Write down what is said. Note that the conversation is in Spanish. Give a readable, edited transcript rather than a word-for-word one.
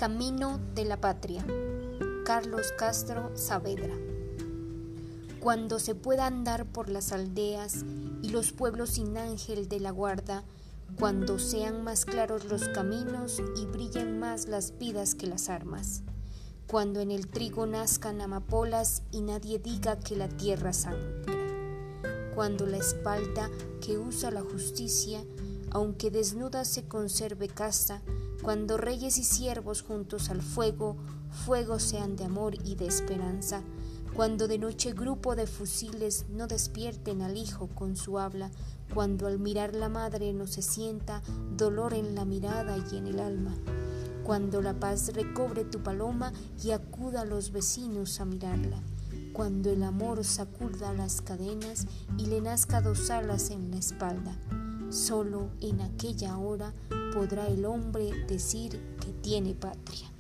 Camino de la Patria. Carlos Castro Saavedra. Cuando se pueda andar por las aldeas y los pueblos sin ángel de la guarda, cuando sean más claros los caminos y brillen más las vidas que las armas, cuando en el trigo nazcan amapolas y nadie diga que la tierra sangra, cuando la espalda que usa la justicia, aunque desnuda, se conserve casta, cuando reyes y siervos juntos al fuego, fuego sean de amor y de esperanza, cuando de noche grupo de fusiles no despierten al hijo con su habla, cuando al mirar la madre no se sienta dolor en la mirada y en el alma, cuando la paz recobre tu paloma y acuda a los vecinos a mirarla, cuando el amor sacuda las cadenas y le nazca dos alas en la espalda. Solo en aquella hora podrá el hombre decir que tiene patria.